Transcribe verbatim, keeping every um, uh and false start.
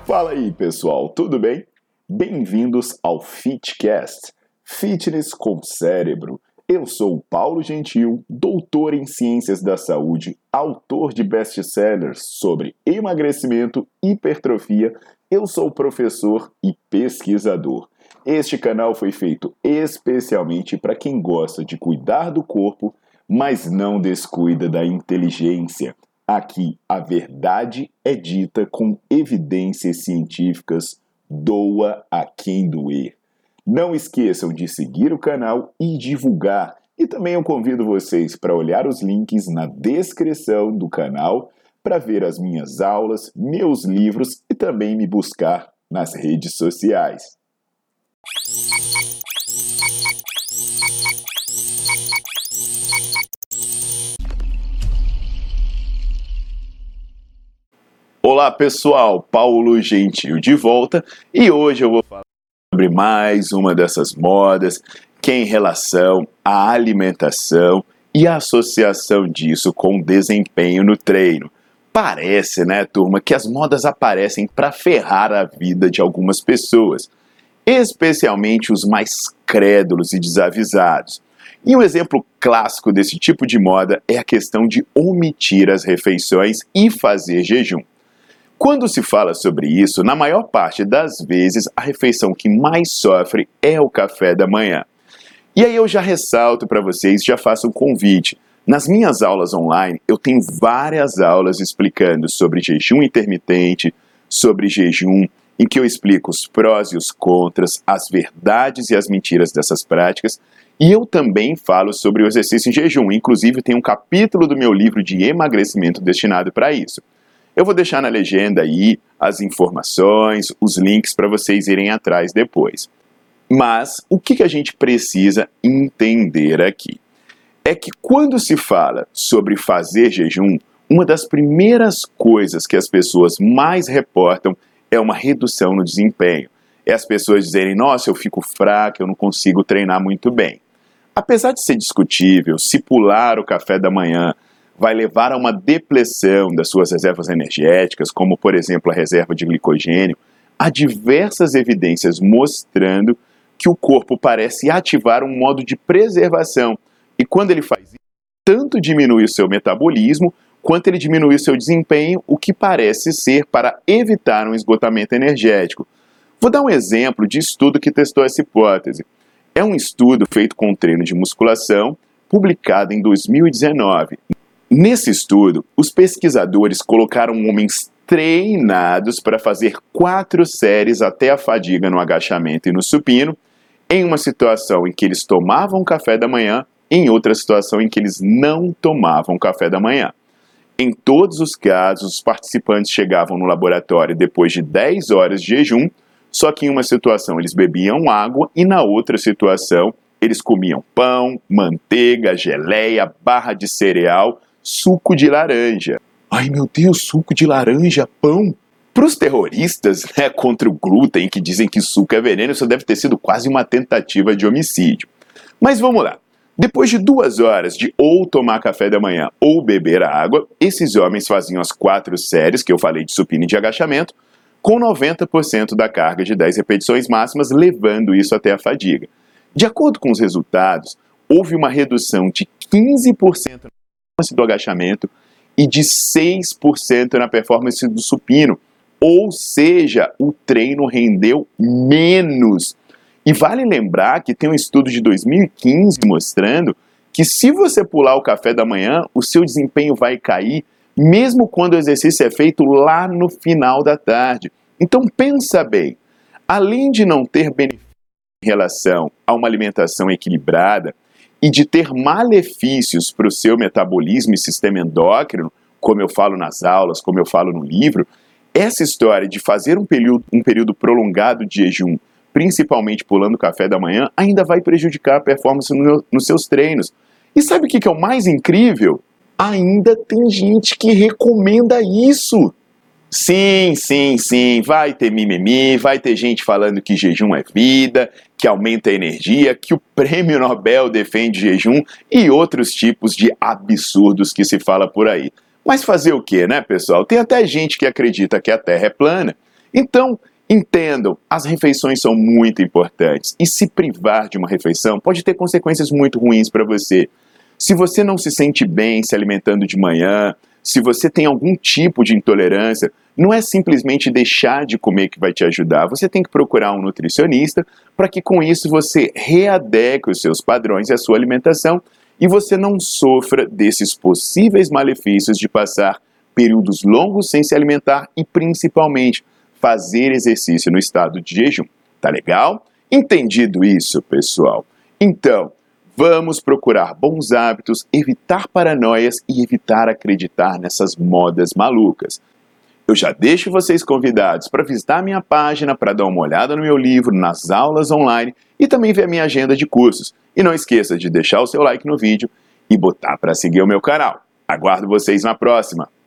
Fala aí, pessoal, tudo bem? Bem-vindos ao Fitcast, Fitness com Cérebro. Eu sou o Paulo Gentil, doutor em Ciências da Saúde, autor de best-sellers sobre emagrecimento, hipertrofia. Eu sou professor e pesquisador. Este canal foi feito especialmente para quem gosta de cuidar do corpo, mas não descuida da inteligência. Aqui, a verdade é dita com evidências científicas, doa a quem doer. Não esqueçam de seguir o canal e divulgar. E também eu convido vocês para olhar os links na descrição do canal para ver as minhas aulas, meus livros e também me buscar nas redes sociais. Olá pessoal, Paulo Gentil de volta e hoje eu vou falar sobre mais uma dessas modas que é em relação à alimentação e a associação disso com desempenho no treino. Parece, né, turma, que as modas aparecem para ferrar a vida de algumas pessoas, especialmente os mais crédulos e desavisados. E um exemplo clássico desse tipo de moda é a questão de omitir as refeições e fazer jejum. Quando se fala sobre isso, na maior parte das vezes, a refeição que mais sofre é o café da manhã. E aí eu já ressalto para vocês, já faço um convite. Nas minhas aulas online, eu tenho várias aulas explicando sobre jejum intermitente, sobre jejum, em que eu explico os prós e os contras, as verdades e as mentiras dessas práticas. E eu também falo sobre o exercício em jejum. Inclusive, tem um capítulo do meu livro de emagrecimento destinado para isso. Eu vou deixar na legenda aí as informações, os links para vocês irem atrás depois. Mas o que, que a gente precisa entender aqui? É que quando se fala sobre fazer jejum, uma das primeiras coisas que as pessoas mais reportam é uma redução no desempenho. É as pessoas dizerem, nossa, eu fico fraca, eu não consigo treinar muito bem. Apesar de ser discutível, se pular o café da manhã vai levar a uma depleção das suas reservas energéticas, como, por exemplo, a reserva de glicogênio, há diversas evidências mostrando que o corpo parece ativar um modo de preservação. E quando ele faz isso, tanto diminui o seu metabolismo, quanto ele diminui o seu desempenho, o que parece ser para evitar um esgotamento energético. Vou dar um exemplo de estudo que testou essa hipótese. É um estudo feito com treino de musculação, publicado em dois mil e dezenove. Nesse estudo, os pesquisadores colocaram homens treinados para fazer quatro séries até a fadiga no agachamento e no supino, em uma situação em que eles tomavam café da manhã, em outra situação em que eles não tomavam café da manhã. Em todos os casos, os participantes chegavam no laboratório depois de dez horas de jejum, só que em uma situação eles bebiam água e na outra situação eles comiam pão, manteiga, geleia, barra de cereal, suco de laranja. Ai meu Deus, suco de laranja, pão. Para os terroristas, né, contra o glúten, que dizem que suco é veneno, isso deve ter sido quase uma tentativa de homicídio. Mas vamos lá. Depois de duas horas de ou tomar café da manhã ou beber água, esses homens faziam as quatro séries que eu falei de supino e de agachamento, com noventa por cento da carga de dez repetições máximas, levando isso até a fadiga. De acordo com os resultados, houve uma redução de quinze por cento na performance do agachamento e de seis por cento na performance do supino, ou seja, o treino rendeu menos. E vale lembrar que tem um estudo de dois mil e quinze mostrando que se você pular o café da manhã, o seu desempenho vai cair, mesmo quando o exercício é feito lá no final da tarde. Então pensa bem, além de não ter benefício em relação a uma alimentação equilibrada e de ter malefícios para o seu metabolismo e sistema endócrino, como eu falo nas aulas, como eu falo no livro, essa história de fazer um período, um período prolongado de jejum, principalmente pulando o café da manhã, ainda vai prejudicar a performance no, nos seus treinos. E sabe o que é o mais incrível? Ainda tem gente que recomenda isso. Sim, sim, sim, vai ter mimimi, vai ter gente falando que jejum é vida, que aumenta a energia, que o prêmio Nobel defende jejum e outros tipos de absurdos que se fala por aí. Mas fazer o quê, né, pessoal? Tem até gente que acredita que a Terra é plana Então, entendam, as refeições são muito importantes e se privar de uma refeição pode ter consequências muito ruins para você. Se você não se sente bem se alimentando de manhã, se você tem algum tipo de intolerância, não é simplesmente deixar de comer que vai te ajudar. Você tem que procurar um nutricionista para que com isso você readeque os seus padrões e a sua alimentação e você não sofra desses possíveis malefícios de passar períodos longos sem se alimentar e principalmente fazer exercício no estado de jejum. Tá legal? Entendido isso, pessoal? Então, vamos procurar bons hábitos, evitar paranoias e evitar acreditar nessas modas malucas. Eu já deixo vocês convidados para visitar a minha página, para dar uma olhada no meu livro, nas aulas online e também ver a minha agenda de cursos. E não esqueça de deixar o seu like no vídeo e botar para seguir o meu canal. Aguardo vocês na próxima.